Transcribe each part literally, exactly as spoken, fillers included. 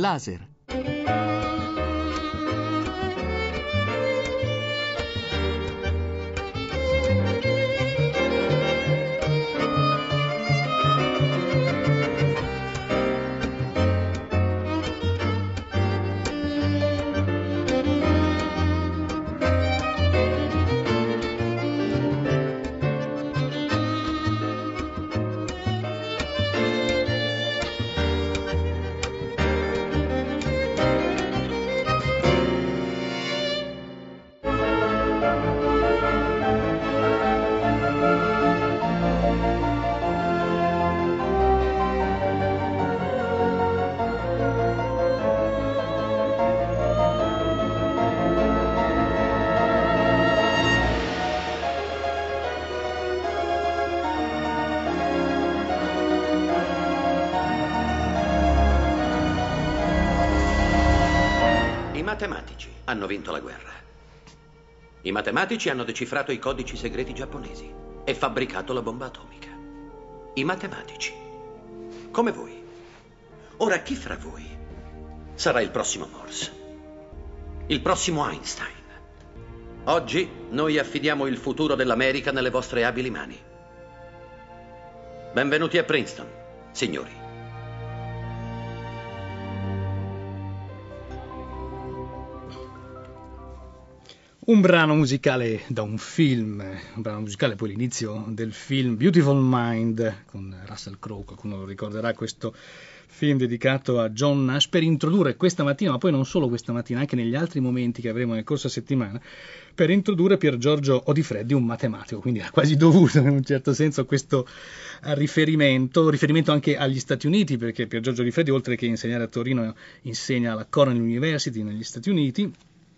laser. I matematici hanno vinto la guerra. I matematici hanno decifrato i codici segreti giapponesi e fabbricato la bomba atomica. I matematici. Come voi. Ora chi fra voi sarà il prossimo Morse? Il prossimo Einstein? Oggi noi affidiamo il futuro dell'America nelle vostre abili mani. Benvenuti a Princeton, signori. Un brano musicale da un film, un brano musicale poi l'inizio del film Beautiful Mind con Russell Crowe, qualcuno lo ricorderà, questo film dedicato a John Nash, per introdurre questa mattina, ma poi non solo questa mattina, anche negli altri momenti che avremo nel corso della settimana, per introdurre Pier Giorgio Odifreddi, un matematico, quindi era quasi dovuto in un certo senso questo riferimento, riferimento anche agli Stati Uniti, perché Pier Giorgio Odifreddi, oltre che insegnare a Torino, insegna alla Cornell University negli Stati Uniti,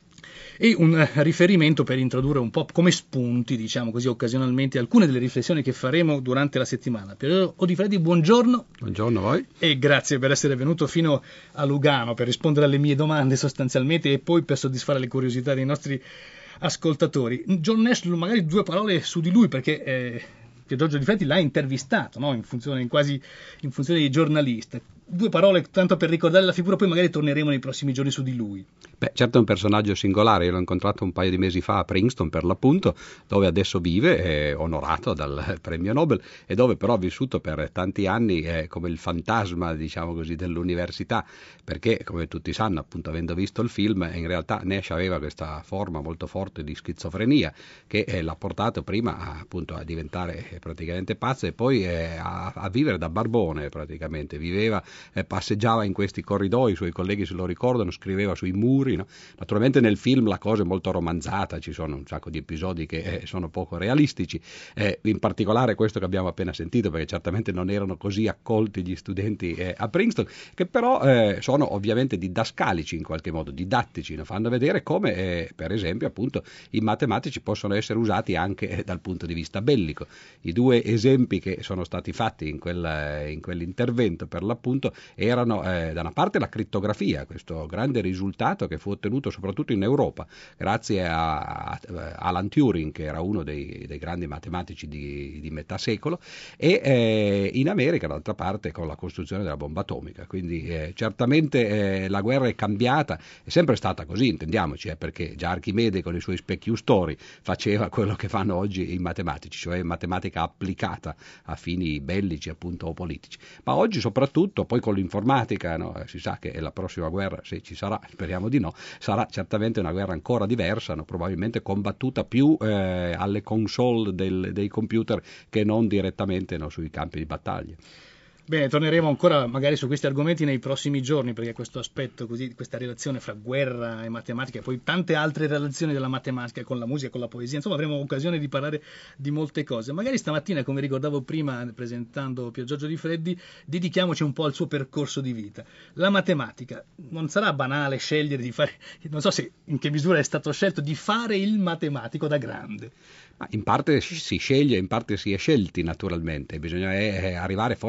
e un riferimento per introdurre un po' come spunti, diciamo così, occasionalmente alcune delle riflessioni che faremo durante la settimana. Pier Odifreddi, buongiorno. Buongiorno a voi. E grazie per essere venuto fino a Lugano per rispondere alle mie domande sostanzialmente e poi per soddisfare le curiosità dei nostri ascoltatori. John Nash, magari due parole su di lui, perché eh, Pier Giorgio Odifreddi l'ha intervistato, no? in funzione, quasi in funzione di giornalista. Due parole tanto per ricordare la figura, poi magari torneremo nei prossimi giorni su di lui. Beh, certo è un personaggio singolare, io l'ho incontrato un paio di mesi fa a Princeton per l'appunto, dove adesso vive, è onorato dal premio Nobel e dove però ha vissuto per tanti anni eh, come il fantasma, diciamo così, dell'università, perché come tutti sanno, appunto avendo visto il film, in realtà Nash aveva questa forma molto forte di schizofrenia che eh, l'ha portato prima a, appunto a diventare eh, praticamente pazzo e poi eh, a, a vivere da barbone praticamente, viveva Eh, passeggiava in questi corridoi, i suoi colleghi se lo ricordano, scriveva sui muri, no? Naturalmente nel film la cosa è molto romanzata, ci sono un sacco di episodi che eh, sono poco realistici, eh, in particolare questo che abbiamo appena sentito, perché certamente non erano così accolti gli studenti eh, a Princeton, che però eh, sono ovviamente didascalici in qualche modo, didattici, no? Fanno vedere come eh, per esempio appunto i matematici possono essere usati anche eh, dal punto di vista bellico. I due esempi che sono stati fatti in, quel, in quell'intervento per l'appunto erano eh, da una parte la crittografia, questo grande risultato che fu ottenuto soprattutto in Europa grazie a, a, a Alan Turing, che era uno dei, dei grandi matematici di, di metà secolo, e eh, in America d'altra parte con la costruzione della bomba atomica. Quindi eh, certamente eh, la guerra è cambiata, è sempre stata così, intendiamoci, eh, perché già Archimede con i suoi specchiustori faceva quello che fanno oggi i matematici, cioè matematica applicata a fini bellici appunto o politici, ma oggi soprattutto poi con l'informatica, no? Si sa che la prossima guerra, se ci sarà, speriamo di no, sarà certamente una guerra ancora diversa, no? Probabilmente combattuta più eh, alle console del, dei computer che non direttamente, no, sui campi di battaglia. Bene, torneremo ancora magari su questi argomenti nei prossimi giorni, perché questo aspetto così, questa relazione fra guerra e matematica e poi tante altre relazioni della matematica con la musica, con la poesia, insomma avremo occasione di parlare di molte cose. Magari stamattina, come ricordavo prima presentando Pier Giorgio Odifreddi, dedichiamoci un po' al suo percorso di vita. La matematica, non sarà banale scegliere di fare, non so se in che misura è stato scelto, di fare il matematico da grande. Ma in parte si sceglie, in parte si è scelti naturalmente, bisogna eh, arrivare forse nella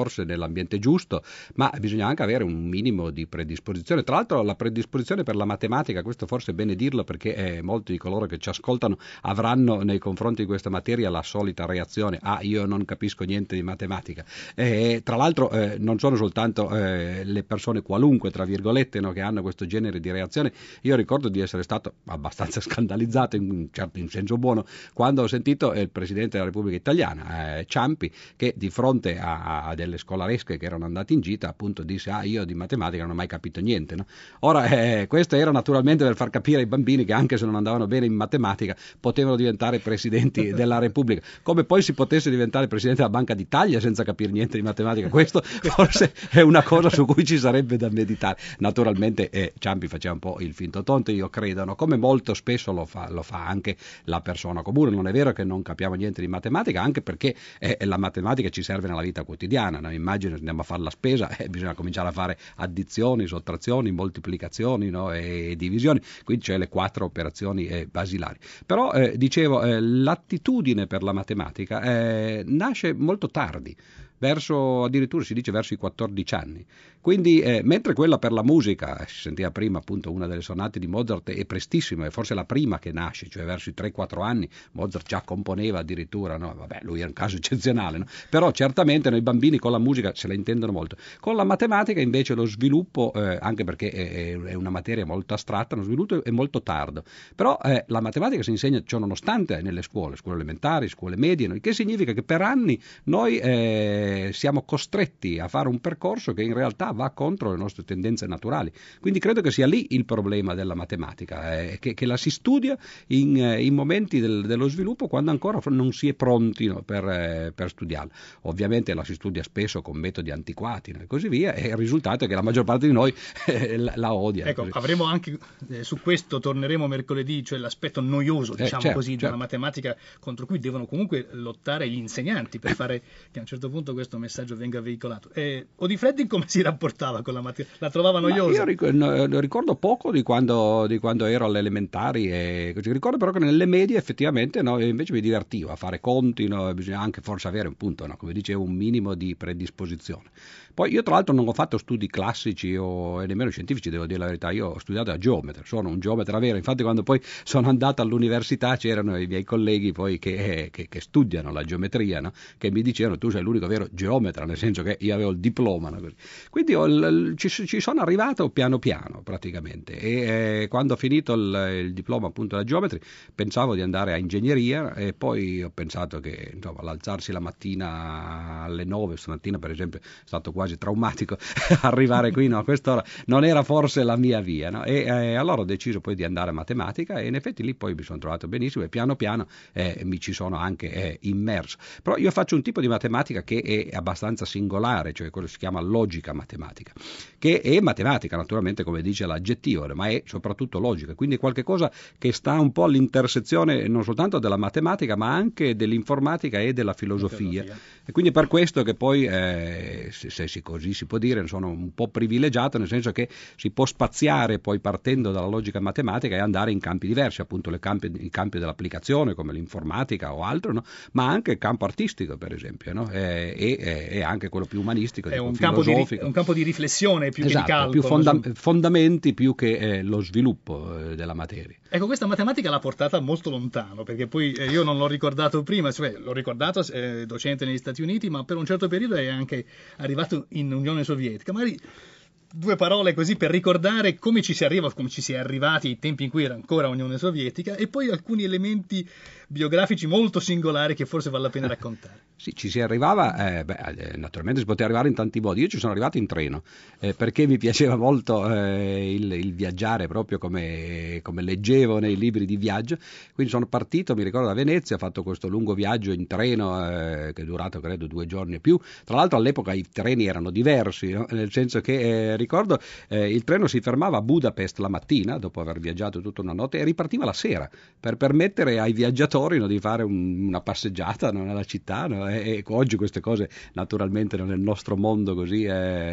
nell'ambiente giusto, ma bisogna anche avere un minimo di predisposizione. Tra l'altro la predisposizione per la matematica, questo forse è bene dirlo perché eh, molti di coloro che ci ascoltano avranno nei confronti di questa materia la solita reazione: ah, io non capisco niente di matematica. Eh, tra l'altro eh, non sono soltanto eh, le persone qualunque, tra virgolette, no, che hanno questo genere di reazione. Io ricordo di essere stato abbastanza scandalizzato, in, certo, in senso buono, quando ho sentito il Presidente della Repubblica Italiana, eh, Ciampi, che di fronte a, a delle scolaresche che erano andate in gita appunto disse: ah, io di matematica non ho mai capito niente, no? Ora eh, questo era naturalmente per far capire ai bambini che anche se non andavano bene in matematica potevano diventare presidenti della Repubblica, come poi si potesse diventare presidente della Banca d'Italia senza capire niente di matematica. Questo forse è una cosa su cui ci sarebbe da meditare. Naturalmente eh, Ciampi faceva un po' il finto tonto, io credo, no? Come molto spesso lo fa, lo fa anche la persona comune. Non è vero che non capiamo niente di matematica, anche perché eh, la matematica ci serve nella vita quotidiana, no? Immagino se andiamo a fare la spesa, eh, bisogna cominciare a fare addizioni, sottrazioni, moltiplicazioni, no? E divisioni, quindi c'è le quattro operazioni eh, basilari. Però eh, dicevo, eh, l'attitudine per la matematica eh, nasce molto tardi, verso, addirittura si dice verso i quattordici anni. Quindi eh, mentre quella per la musica, si sentiva prima appunto una delle sonate di Mozart, è prestissima, è forse la prima che nasce, cioè verso i tre quattro anni Mozart già componeva addirittura, no? Vabbè, lui è un caso eccezionale, no? Però certamente noi bambini con la musica se la intendono molto. Con la matematica invece lo sviluppo, eh, anche perché è, è una materia molto astratta, lo sviluppo è molto tardo. Però eh, la matematica si insegna ciò nonostante nelle scuole, scuole elementari, scuole medie, no? Il che significa che per anni noi eh, siamo costretti a fare un percorso che in realtà va contro le nostre tendenze naturali. Quindi credo che sia lì il problema della matematica, eh, che, che la si studia in, eh, in momenti del, dello sviluppo quando ancora non si è pronti, no, per, eh, per studiarla. Ovviamente la si studia spesso con metodi antiquati, no, e così via, e il risultato è che la maggior parte di noi eh, la, la odia. Ecco, così. Avremo anche, eh, su questo torneremo mercoledì, cioè l'aspetto noioso, diciamo eh, certo, così, certo. della matematica, contro cui devono comunque lottare gli insegnanti per fare che a un certo punto questo messaggio venga veicolato. Eh, Odifreddi come si rapportava con la matematica? La trovava noiosa? Ma io ric- no, ricordo poco di quando, di quando ero alle elementari, e così. Ricordo però che nelle medie effettivamente, no, invece mi divertivo a fare conti, no, bisogna anche forse avere un punto, no, come dicevo, un minimo di predisposizione. Poi io tra l'altro non ho fatto studi classici o e nemmeno scientifici, devo dire la verità. Io ho studiato a geometra, sono un geometra vero. Infatti quando poi sono andato all'università c'erano i miei colleghi poi che, che, che studiano la geometria, no? Che mi dicevano: tu sei l'unico vero geometra, nel senso che io avevo il diploma, no? Così. Quindi ho il, ci, ci sono arrivato piano piano praticamente, e eh, quando ho finito il, il diploma appunto da geometria pensavo di andare a ingegneria, e poi ho pensato che insomma l'alzarsi la mattina alle nove stamattina per esempio è stato quasi traumatico arrivare qui, no, a quest'ora non era forse la mia via, no? E eh, allora ho deciso poi di andare a matematica, e in effetti lì poi mi sono trovato benissimo e piano piano eh, mi ci sono anche eh, immerso. Però io faccio un tipo di matematica che è abbastanza singolare, cioè quello che si chiama logica matematica, che è matematica naturalmente come dice l'aggettivo, ma è soprattutto logica, quindi qualche cosa che sta un po' all'intersezione non soltanto della matematica ma anche dell'informatica e della filosofia, filosofia. E quindi per questo che poi eh, se, se si così si può dire, sono un po' privilegiato, nel senso che si può spaziare poi partendo dalla logica matematica e andare in campi diversi, appunto le campi, i campi dell'applicazione come l'informatica o altro, no? Ma anche il campo artistico per esempio, no? e, e, e anche quello più umanistico, è un campo, di, un campo di riflessione più esatto, che di calcolo, più fonda- fondamenti più che eh, lo sviluppo eh, della materia. Ecco, questa matematica l'ha portata molto lontano, perché poi eh, io non l'ho ricordato prima, cioè l'ho ricordato eh, docente negli Stati Uniti, ma per un certo periodo è anche arrivato in Unione Sovietica. Magari due parole così per ricordare come ci si arriva, come ci si è arrivati ai tempi in cui era ancora Unione Sovietica, e poi alcuni elementi biografici molto singolari che forse vale la pena raccontare. Sì, ci si arrivava, eh, beh, naturalmente si poteva arrivare in tanti modi. Io ci sono arrivato in treno eh, perché mi piaceva molto eh, il, il viaggiare, proprio come, come leggevo nei libri di viaggio. Quindi sono partito, mi ricordo, da Venezia, ho fatto questo lungo viaggio in treno eh, che è durato credo due giorni e più. Tra l'altro all'epoca i treni erano diversi, no? Nel senso che eh, ricordo eh, il treno si fermava a Budapest la mattina, dopo aver viaggiato tutta una notte, e ripartiva la sera, per permettere ai viaggiatori, no, di fare un, una passeggiata, no, nella città, no? E, e oggi queste cose naturalmente, no, nel nostro mondo così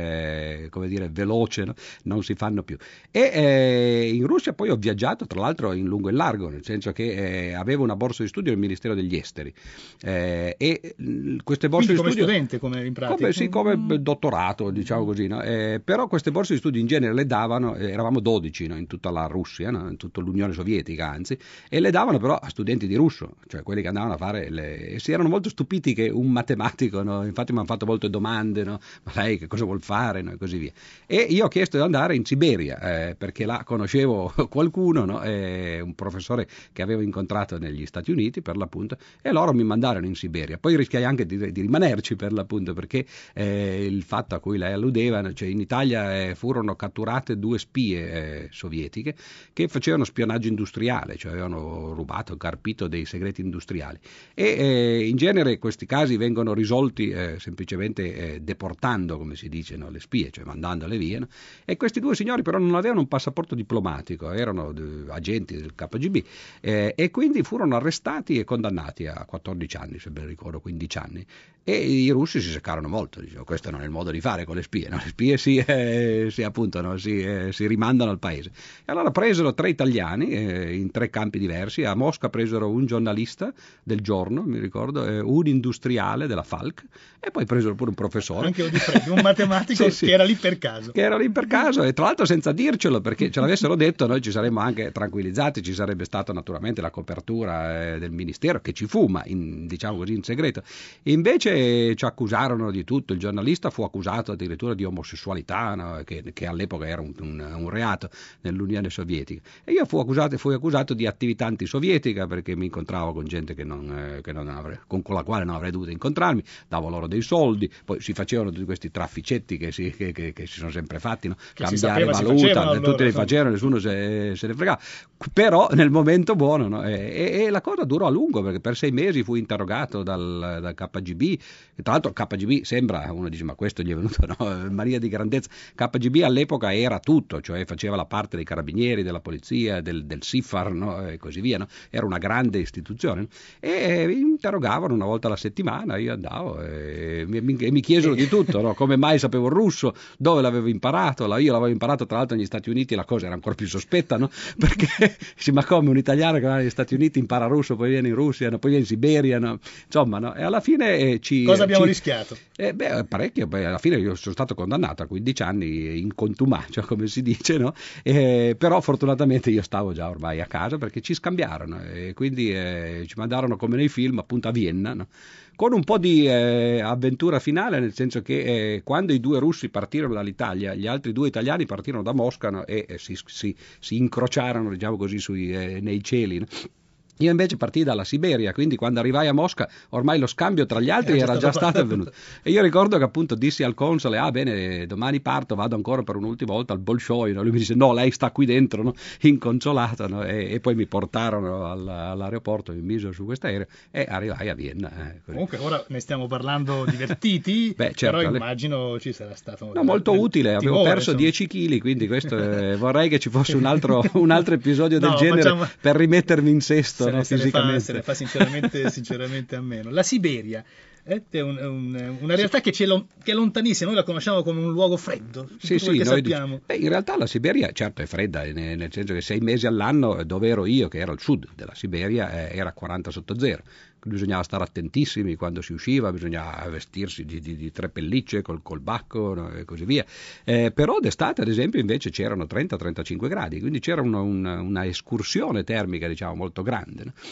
eh, come dire veloce, no, non si fanno più. E eh, in Russia poi ho viaggiato tra l'altro in lungo e largo, nel senso che eh, avevo una borsa di studio del Ministero degli Esteri eh, e mh, queste borse Quindi di come studio studente, come in pratica? come, sì, come dottorato, diciamo così, no? Eh, però queste borse di studio in genere le davano, eh, eravamo dodici, no? In tutta la Russia, no? In tutta l'Unione Sovietica anzi, e le davano però a studenti di russo, cioè quelli che andavano a fare le... e si erano molto stupiti che un matematico, no? Infatti mi hanno fatto molte domande, no? Ma lei che cosa vuol fare, no? E così via. E io ho chiesto di andare in Siberia eh, perché là conoscevo qualcuno, no? Eh, un professore che avevo incontrato negli Stati Uniti per l'appunto, e loro mi mandarono in Siberia. Poi rischiai anche di, di rimanerci per l'appunto, perché eh, il fatto a cui lei alludeva, cioè in Italia eh, furono catturate due spie eh, sovietiche che facevano spionaggio industriale, cioè avevano rubato, carpito dei segreti industriali, e eh, in genere questi casi vengono risolti eh, semplicemente eh, deportando, come si dice, no, le spie, cioè mandandole via, no? E questi due signori però non avevano un passaporto diplomatico, erano d- agenti del K G B eh, e quindi furono arrestati e condannati a quattordici anni, se ben ricordo, quindici anni. E i russi si seccarono molto, dicevano questo non è il modo di fare con le spie, no? Le spie si, eh, si appunto, no? si, eh, si rimandano al paese. E allora presero tre italiani eh, in tre campi diversi. A Mosca presero un giornalista del Giorno, mi ricordo, eh, un industriale della Falk, e poi presero pure un professore. Anche di freddo, un matematico sì, sì, che era lì per caso. Che era lì per caso, e tra l'altro senza dircelo, perché ce l'avessero detto noi ci saremmo anche tranquillizzati, ci sarebbe stata naturalmente la copertura eh, del ministero, che ci fu, ma in, diciamo così in segreto. E invece ci accusarono di tutto. Il giornalista fu accusato addirittura di omosessualità, no? che, che all'epoca era un, un, un reato nell'Unione Sovietica, e io fui accusato, fui accusato di attività antisovietica, perché mi incontravo con gente che non, eh, che non avrei, con la quale non avrei dovuto incontrarmi, davo loro dei soldi, poi si facevano tutti questi trafficetti che si, che, che, che si sono sempre fatti, no? Cambiare valuta, tutti allora, li facevano, nessuno se, se ne fregava, però nel momento buono, no? e, e, e la cosa durò a lungo, perché per sei mesi fui interrogato dal, dal K G B. Tra l'altro K G B sembra, uno dice ma questo gli è venuto, no? Maria di grandezza. K G B all'epoca era tutto, cioè faceva la parte dei carabinieri, della polizia, del, del S I F A R, no? E così via, no? Era una grande istituzione, e mi interrogavano una volta alla settimana, io andavo e mi, mi, mi chiesero di tutto, no? Come mai sapevo il russo, dove l'avevo imparato, io l'avevo imparato tra l'altro negli Stati Uniti, la cosa era ancora più sospetta, no? Perché sì, ma come un italiano che va negli Stati Uniti impara russo, poi viene in Russia, no? Poi viene in Siberia, no? Insomma, no? E alla fine eh, ci... Cosa abbiamo ci, rischiato? Eh, beh, parecchio, beh, alla fine io sono stato condannato a quindici anni in contumacia, come si dice, no? Eh, però fortunatamente io stavo già ormai a casa, perché ci scambiarono e quindi eh, ci mandarono come nei film appunto a Vienna, no? Con un po' di eh, avventura finale, nel senso che eh, quando i due russi partirono dall'Italia, gli altri due italiani partirono da Mosca, no? e eh, si, si, si incrociarono, diciamo così, sui, eh, nei cieli, no? Io invece partii dalla Siberia, quindi quando arrivai a Mosca ormai lo scambio tra gli altri era, era già stato avvenuto. E io ricordo che appunto dissi al console, ah bene, domani parto, vado ancora per un'ultima volta al Bolshoi, no? Lui mi disse no, lei sta qui dentro, no? Inconsolato, no? e, e poi mi portarono all, all'aeroporto, mi misero su questo aereo e arrivai a Vienna. Eh, Comunque ora ne stiamo parlando divertiti, Beh, certo, però immagino ci sarà stato... No, molto utile, avevo timore, perso dieci chili, quindi questo eh, vorrei che ci fosse un altro, un altro episodio del no, genere facciamo... per rimettermi in sesto. Se, no, se, ne fa, se ne fa sinceramente, sinceramente a meno. La Siberia è un, un, una realtà che, ci è, lon- che è lontanissima, noi la conosciamo come un luogo freddo. Sì, sì, noi sappiamo. Dic- beh, in realtà la Siberia certo è fredda, nel, nel senso che sei mesi all'anno, dove ero io, che era al sud della Siberia, eh, era quaranta sotto zero. Bisognava stare attentissimi quando si usciva, bisognava vestirsi di, di, di tre pellicce col, col bacco, no, e così via. Eh, però d'estate, ad esempio, invece c'erano trenta trentacinque gradi, quindi c'era una, una, una escursione termica, diciamo, molto grande, no?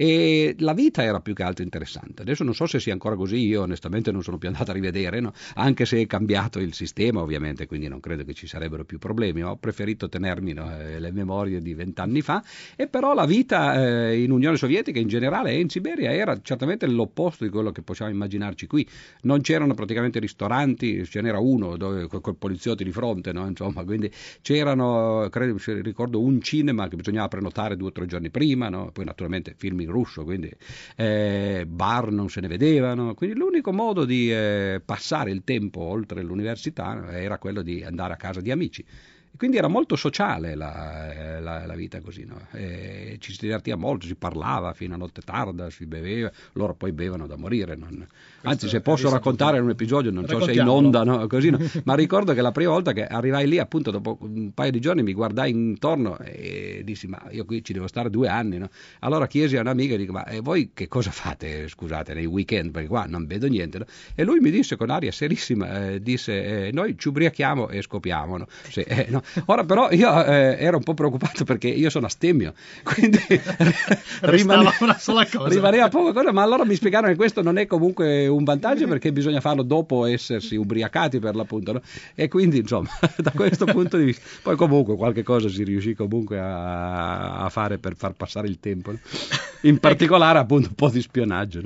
E la vita era più che altro interessante. Adesso non so se sia ancora così, io onestamente non sono più andato a rivedere, no? Anche se è cambiato il sistema, ovviamente, quindi non credo che ci sarebbero più problemi, ma ho preferito tenermi, no, le memorie di vent'anni fa. E però la vita eh, in Unione Sovietica in generale e in Siberia era certamente l'opposto di quello che possiamo immaginarci qui. Non c'erano praticamente ristoranti, ce n'era uno dove col poliziotti di fronte, no? Insomma, quindi c'erano, credo, ricordo un cinema che bisognava prenotare due o tre giorni prima, no? Poi naturalmente film in russo, quindi eh, bar non se ne vedevano, quindi l'unico modo di eh, passare il tempo oltre l'università era quello di andare a casa di amici. Quindi era molto sociale la, la, la vita così, no? E ci si divertiva molto, si parlava fino a notte tarda, si beveva, loro poi bevano da morire. Non... Anzi, se posso raccontare un episodio, non so se è in onda, no? Così, no? Ma ricordo che la prima volta che arrivai lì, appunto dopo un paio di giorni, mi guardai intorno e dissi, ma io qui ci devo stare due anni, no? Allora chiesi a un'amica, dico, ma voi che cosa fate, scusate, nei weekend, perché qua non vedo niente, no? E lui mi disse con aria serissima, eh, disse, eh, noi ci ubriachiamo e scopiamo, no? Sì, eh, no? Ora però io eh, ero un po' preoccupato perché io sono astemio, quindi rimane, una sola cosa. rimaneva poca cosa, ma allora mi spiegarono che questo non è comunque un vantaggio perché bisogna farlo dopo essersi ubriacati per l'appunto, no? E quindi insomma da questo punto di vista poi comunque qualche cosa si riuscì comunque a, a fare per far passare il tempo, no? In particolare appunto un po' di spionaggio, no?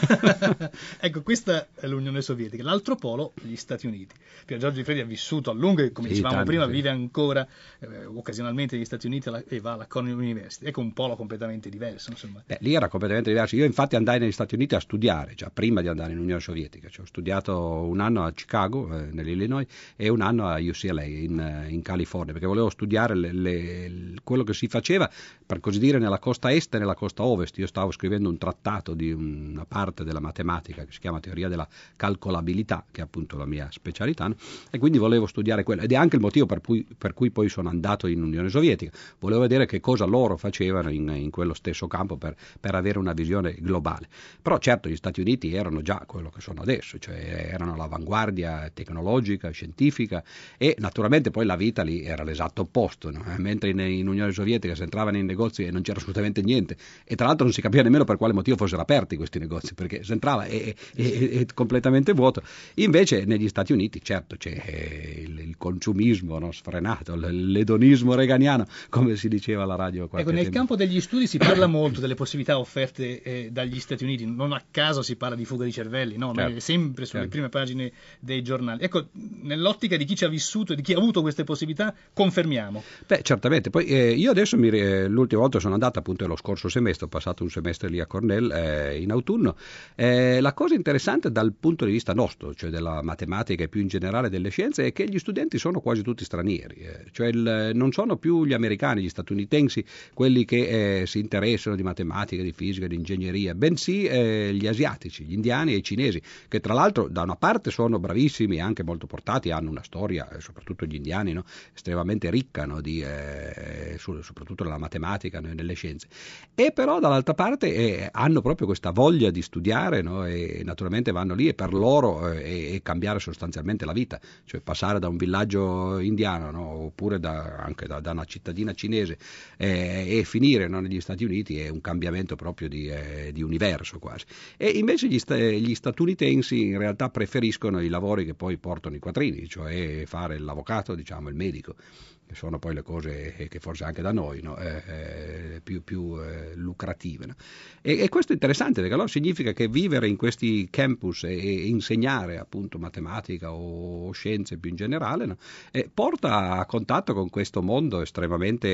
Ecco, questa è l'Unione Sovietica, l'altro polo gli Stati Uniti. Pier Giorgio Di Freddi ha vissuto a lungo e come sì, dicevamo tanto, prima sì. Vive ancora eh, occasionalmente negli Stati Uniti e va alla Cornell University. Ecco un polo completamente diverso, insomma. Beh, lì era completamente diverso. Io infatti andai negli Stati Uniti a studiare, cioè prima di andare in Unione Sovietica, cioè, ho studiato un anno a Chicago, eh, nell'Illinois, e un anno a U C L A in, in California, perché volevo studiare le, le, quello che si faceva, per così dire, nella costa est e nella costa ovest. Io stavo scrivendo un trattato di una parte della matematica che si chiama teoria della calcolabilità, che è appunto la mia specialità, no? E quindi volevo studiare quello, ed è anche il motivo per cui, per cui poi sono andato in Unione Sovietica. Volevo vedere che cosa loro facevano in, in quello stesso campo per, per avere una visione globale. Però certo gli Stati Uniti erano già quello che sono adesso, cioè erano l'avanguardia tecnologica, scientifica, e naturalmente poi la vita lì era l'esatto opposto, no? Mentre in, in Unione Sovietica si entrava nei negozi e non c'era assolutamente niente, e tra l'altro non si capiva nemmeno per quale motivo fossero aperti questi negozi, perché si entrava e, e, e completamente vuoto. Invece negli Stati Uniti certo c'è il, il consumismo, no, sfrenato, l'edonismo reganiano, come si diceva alla radio qualche ecco, nel tempo. campo degli studi si parla molto delle possibilità offerte eh, dagli Stati Uniti, non a caso si parla di fuga di cervelli, no? Certo. Ma è sempre sulle certo. prime pagine dei giornali. Ecco, nell'ottica di chi ci ha vissuto e di chi ha avuto queste possibilità, confermiamo. Beh, certamente. Poi eh, io adesso mi, eh, l'ultima volta sono andato appunto lo scorso semestre, ho passato un semestre lì a Cornell eh, in autunno. Eh, la cosa interessante dal punto di vista nostro, cioè della matematica e più in generale delle scienze, è che gli studenti sono quasi tutti stranieri, eh. Cioè il, non sono più gli americani, gli statunitensi, quelli che eh, si interessano di matematica, di fisica, di ingegneria, bensì eh, gli asiatici, gli indiani e i cinesi, che tra l'altro da una parte sono bravissimi e anche molto portati, hanno una storia, eh, soprattutto gli indiani, no? Estremamente ricca, no? Di, eh, su, soprattutto nella matematica, no? E nelle scienze. E però dall'altra parte eh, hanno proprio questa voglia di studiare, no? E naturalmente vanno lì e per loro eh, è cambiare sostanzialmente la vita, cioè passare da un villaggio indiano, no? Oppure da, anche da, da una cittadina cinese eh, e finire, no? Negli Stati Uniti è un cambiamento proprio di, eh, di universo quasi. E invece gli, sta, gli statunitensi in realtà preferiscono i lavori che poi portano i quattrini, cioè fare l'avvocato, diciamo, il medico, che sono poi le cose che forse anche da noi, no? eh, eh, più, più eh, lucrative, no? e, e questo è interessante perché allora significa che vivere in questi campus e, e insegnare appunto matematica o, o scienze più in generale, no? eh, porta a contatto con questo mondo estremamente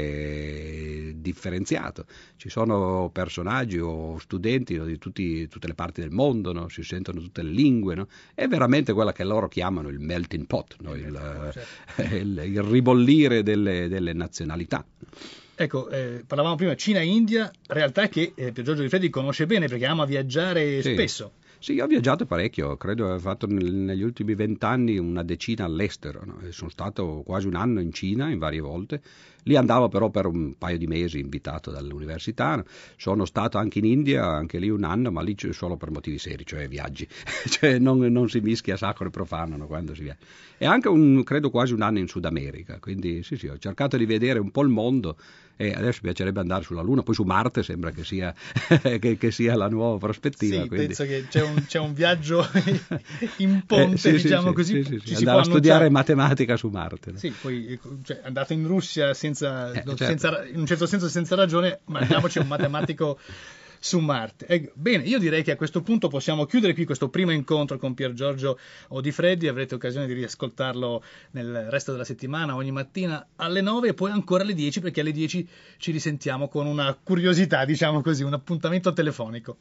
eh, differenziato. Ci sono personaggi o studenti, no, di tutti, tutte le parti del mondo, no? Si sentono tutte le lingue, no? È veramente quella che loro chiamano il melting pot, no? il, certo. il, il ribollire Delle, delle nazionalità. Ecco, eh, parlavamo prima Cina e India, realtà che eh, Pier Giorgio Di Freddi conosce bene perché ama viaggiare sì. spesso. Sì, io ho viaggiato parecchio, credo di aver fatto nel, negli ultimi vent'anni una decina all'estero, no? Sono stato quasi un anno in Cina in varie volte, lì andavo però per un paio di mesi invitato dall'università, sono stato anche in India, anche lì un anno, ma lì solo per motivi seri, cioè viaggi, cioè non, non si mischia sacro e profano, no, quando si viaggia. E anche un, credo quasi un anno in Sud America, quindi sì sì, ho cercato di vedere un po' il mondo e adesso mi piacerebbe andare sulla Luna, poi su Marte sembra che sia, che, che sia la nuova prospettiva. Sì, quindi. penso che c'è un, c'è un viaggio in ponte, eh, sì, diciamo sì, così. Sì, sì, sì. Ci Andare si può a studiare annunciare. matematica su Marte. No? Sì, poi cioè, andate in Russia senza, eh, no, certo. senza, in un certo senso senza ragione, mandiamoci un matematico su Marte. Eh, bene, io direi che a questo punto possiamo chiudere qui questo primo incontro con Pier Giorgio Odifreddi. Avrete occasione di riascoltarlo nel resto della settimana, ogni mattina alle nove e poi ancora alle dieci, perché alle dieci ci risentiamo con una curiosità, diciamo così, un appuntamento telefonico.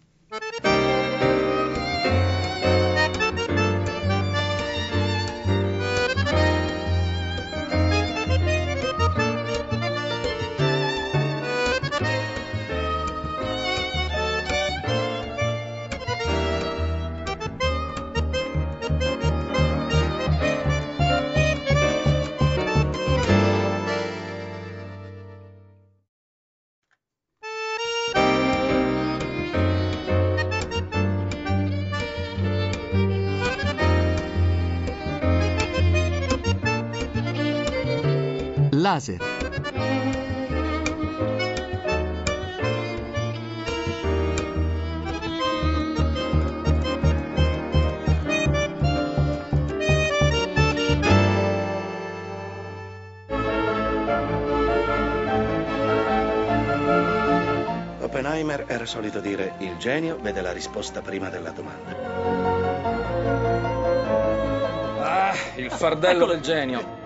Laser. Oppenheimer era solito dire: il genio vede la risposta prima della domanda. Ah, il fardello del genio.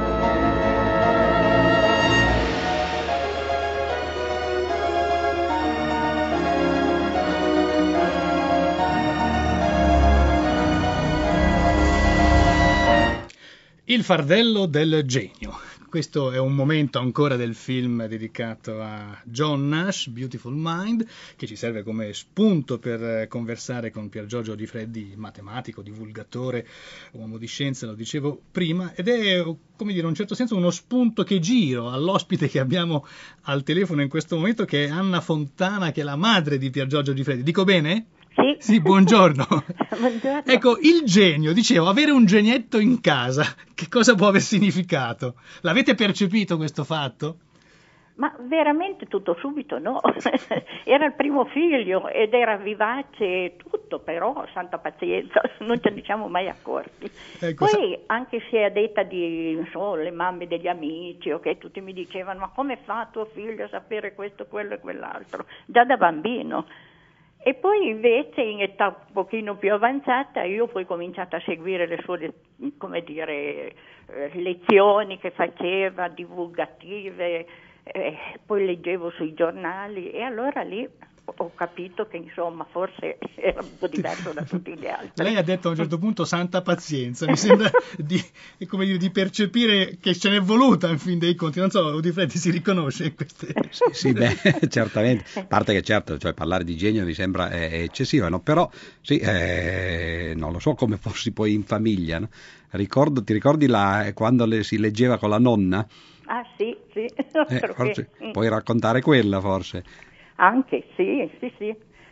Il fardello del genio. Questo è un momento ancora del film dedicato a John Nash, Beautiful Mind, che ci serve come spunto per conversare con Pier Giorgio Odifreddi, matematico, divulgatore, uomo di scienza, lo dicevo prima, ed è, come dire, in un certo senso uno spunto che giro all'ospite che abbiamo al telefono in questo momento, che è Anna Fontana, che è la madre di Pier Giorgio Odifreddi. Dico bene? Sì. Sì, buongiorno. Buongiorno. Ecco, il genio, dicevo, avere un genietto in casa, che cosa può aver significato? L'avete percepito questo fatto? Ma veramente tutto subito no, era il primo figlio ed era vivace e tutto, però santa pazienza, non ce ne siamo mai accorti. Ecco, Poi sa- anche se a detta di so, le mamme degli amici, ok, tutti mi dicevano: ma come fa tuo figlio a sapere questo, quello e quell'altro, già da bambino. E poi invece in età un pochino più avanzata io ho poi cominciato a seguire le sue, come dire, eh, lezioni che faceva, divulgative, eh, poi leggevo sui giornali e allora lì ho capito che insomma forse era un po' diverso da tutti gli altri. Lei ha detto a un certo punto santa pazienza, mi sembra di, come dire, di percepire che ce n'è voluta in fin dei conti. Non so, Odifreddi si riconosce in queste... Sì, sì, beh, certamente, a parte che certo, cioè parlare di genio mi sembra eh, eccessivo, no? Però sì, eh, non lo so come fossi poi in famiglia, no? Ricordo, ti ricordi la, quando le, si leggeva con la nonna? Ah sì, sì. Eh, forse, puoi raccontare quella forse? Anche, sì, sì, sì.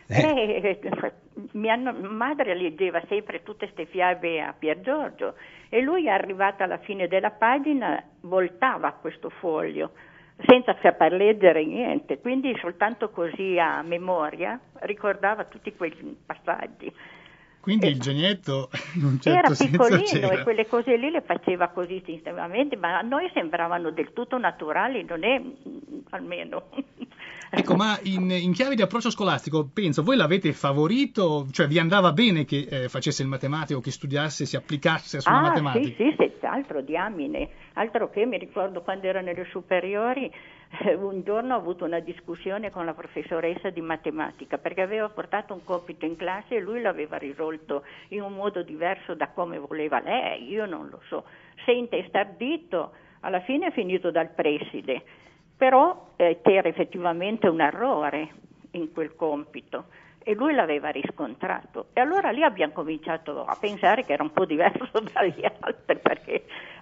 Eh. Eh, mia no- madre leggeva sempre tutte queste fiabe a Pier Giorgio e lui, arrivato alla fine della pagina, voltava questo foglio senza saper leggere niente, quindi soltanto così a memoria ricordava tutti quei passaggi. Quindi Eh, il genietto in un certo Era senso piccolino c'era. e quelle cose lì le faceva così istintivamente, ma a noi sembravano del tutto naturali, non è almeno. Ecco, ma in, in chiave di approccio scolastico, penso, voi l'avete favorito, cioè vi andava bene che eh, facesse il matematico, che studiasse, si applicasse sulla Ah, matematica? sì, sì, senz'altro, diamine. Altro che mi ricordo quando ero nelle superiori, eh, un giorno ho avuto una discussione con la professoressa di matematica perché aveva portato un compito in classe e lui l'aveva risolto in un modo diverso da come voleva lei, io non lo so. Si è intestardito, alla fine è finito dal preside, però eh, c'era effettivamente un errore in quel compito e lui l'aveva riscontrato e allora lì abbiamo cominciato a pensare che era un po' diverso dagli altri perché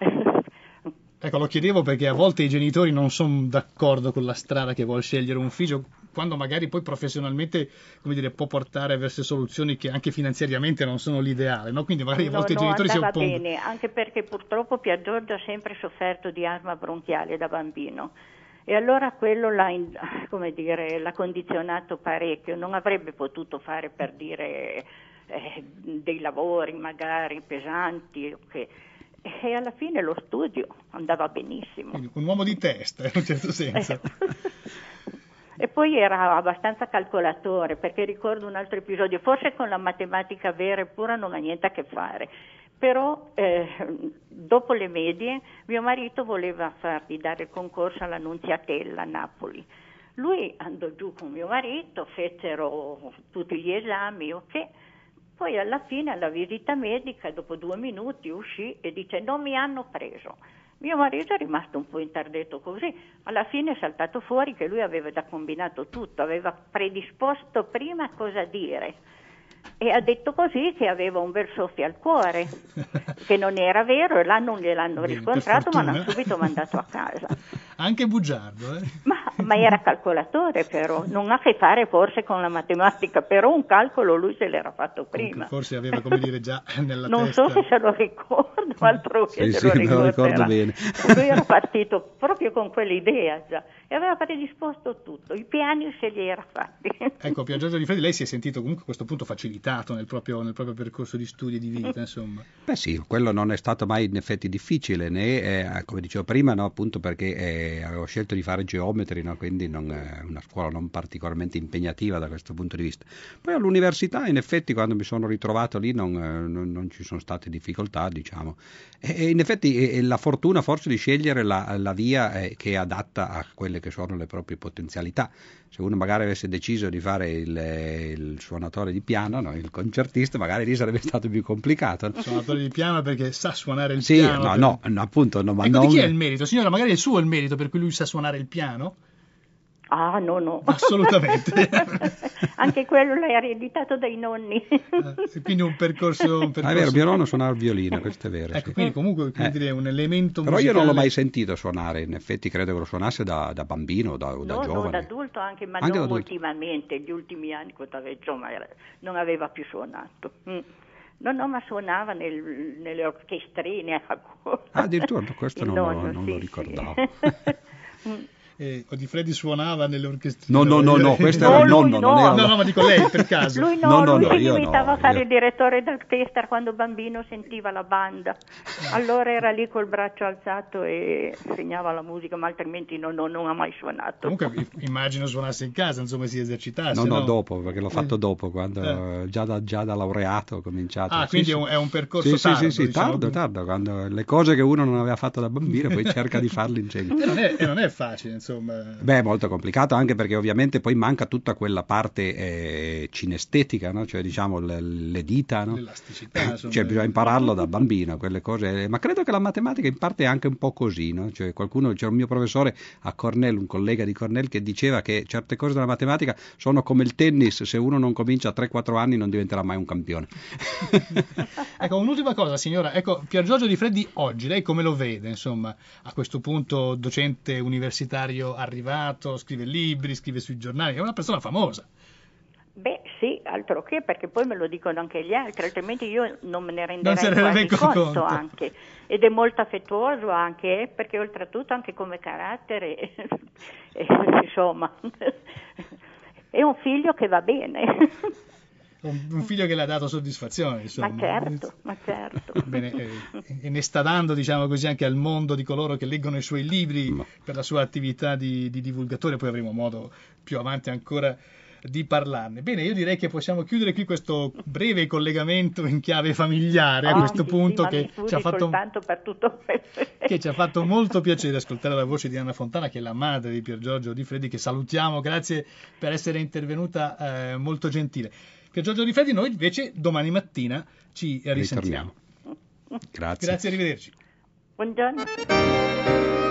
Ecco, lo chiedevo perché a volte i genitori non sono d'accordo con la strada che vuol scegliere un figlio, quando magari poi professionalmente, come dire, può portare verso soluzioni che anche finanziariamente non sono l'ideale, no? Quindi magari a no, volte no, i genitori si andava oppongono. bene, anche perché purtroppo Pier Giorgio ha sempre sofferto di asma bronchiale da bambino e allora quello l'ha, in- come dire, l'ha condizionato parecchio, non avrebbe potuto fare, per dire, eh, dei lavori magari pesanti, okay. E alla fine lo studio andava benissimo. Quindi un uomo di testa, in un certo senso. E poi era abbastanza calcolatore, perché ricordo un altro episodio, forse con la matematica vera e pura non ha niente a che fare, però eh, dopo le medie mio marito voleva fargli dare il concorso all'Annunziatella a Napoli. Lui andò giù con mio marito, fecero tutti gli esami, ok? Poi alla fine, alla visita medica, dopo due minuti uscì e dice: non mi hanno preso. Mio marito è rimasto un po' interdetto così, alla fine è saltato fuori che lui aveva già combinato tutto, aveva predisposto prima cosa dire e ha detto così che aveva un bel soffio al cuore, che non era vero, e là non gliel'hanno Bene, riscontrato, ma l'hanno subito mandato a casa. Anche bugiardo, eh? Ma, ma era calcolatore però, non ha a che fare forse con la matematica, però un calcolo lui se l'era fatto prima. Forse aveva, come dire, già nella non testa. Non so se se lo ricordo, altro che sì, se sì, lo me lo ricordo ricorderà. bene. Lui era partito proprio con quell'idea già e aveva predisposto tutto, i piani se li era fatti. Ecco, Pier Giorgio Di Freddi, lei si è sentito comunque a questo punto facilitato nel proprio, nel proprio percorso di studi e di vita, insomma. Beh sì, quello non è stato mai in effetti difficile, né, eh, come dicevo prima, no, appunto perché eh, avevo scelto di fare geometri, no, quindi non, eh, una scuola non particolarmente impegnativa da questo punto di vista. Poi all'università, in effetti, quando mi sono ritrovato lì non, eh, non, non ci sono state difficoltà, diciamo. E, e in effetti è, è la fortuna forse di scegliere la, la via eh, che è adatta a quelle che sono le proprie potenzialità. Se uno magari avesse deciso di fare il, il suonatore di piano, no, il concertista, magari lì sarebbe stato più complicato. Il suonatore di piano perché sa suonare il sì, piano. no, per... no, no, appunto. No, ma ecco, non... di chi è il merito? Signora, magari è il suo il merito per cui lui sa suonare il piano? Ah, no, no. Assolutamente. Anche quello l'hai ereditato dai nonni. Eh, quindi un percorso... Un percorso... Ah, è vero, mio nonno suonava il violino, questo è vero. Ecco, sì. quindi comunque Eh. dire, un elemento Però musicale... io non l'ho mai sentito suonare, in effetti credo che lo suonasse da, da bambino o da, o da no, giovane. no, da adulto anche, ma Anche non da adulto. ultimamente, gli ultimi anni, insomma, era, non aveva più suonato. Mm. No, no, ma suonava nel, nelle orchestrine a corso. Ah, addirittura, questo non, nonno, lo, non sì, lo ricordavo. Sì. Mm. Eh, Di Freddi suonava nelle orchestrine. No, no, no, no, questo No, era il lui nonno, no. non era... No, no, ma dico lei per caso. Lui no, No, no, lui no, si io limitava no, a fare io- il direttore d'orchestra quando bambino sentiva la banda. Allora era lì col braccio alzato e segnava la musica, ma altrimenti no, no, non ha mai suonato. Comunque immagino suonasse in casa, insomma, si esercitasse. No, no, no? dopo, perché l'ho fatto dopo, quando Eh. già, da, già da laureato ho cominciato. Ah, Sì, quindi sì. è un, è un percorso Sì, tardo, sì, sì, sì, diciamo. tardo, tardo, quando le cose che uno non aveva fatto da bambino poi cerca di farle in seguito. E non è, e non è facile, insomma. Beh, è molto complicato, anche perché ovviamente poi manca tutta quella parte eh, cinestetica, no? Cioè diciamo le, le dita, no? L'elasticità, insomma. Cioè bisogna impararlo da bambino, quelle cose, ma credo che la matematica in parte è anche un po' così, no? Cioè qualcuno, c'era un mio professore a Cornell, un collega di Cornell, che diceva che certe cose della matematica sono come il tennis, se uno non comincia a tre quattro anni non diventerà mai un campione. Ecco, un'ultima cosa, signora. Ecco, Pier Giorgio Di Freddi oggi, lei come lo vede, insomma, a questo punto docente universitario arrivato, scrive libri, scrive sui giornali, è una persona famosa. Beh sì, altro che, perché poi me lo dicono anche gli altri, altrimenti io non me ne renderei Non se ne rende quasi conto, conto. anche. Ed è molto affettuoso anche, eh, perché oltretutto anche come carattere, eh, insomma, è un figlio che va bene. Un, un figlio che le ha dato soddisfazione, insomma. Ma certo, ma certo. Bene, eh, e ne sta dando, diciamo così, anche al mondo di coloro che leggono i suoi libri Ma- per la sua attività di, di divulgatore, poi avremo modo più avanti ancora di parlarne. Bene, io direi che possiamo chiudere qui questo breve collegamento in chiave familiare a Ah, questo sì, punto sì, ma che mi scusi ci ha fatto soltanto per tutto questo. che ci ha fatto molto piacere ascoltare la voce di Anna Fontana, che è la madre di Pier Giorgio Di Freddi, che salutiamo, grazie per essere intervenuta, eh, molto gentile. Pier Giorgio Di Freddi, noi invece domani mattina ci risentiamo. Ritorniamo. Grazie. Grazie, arrivederci. Buongiorno.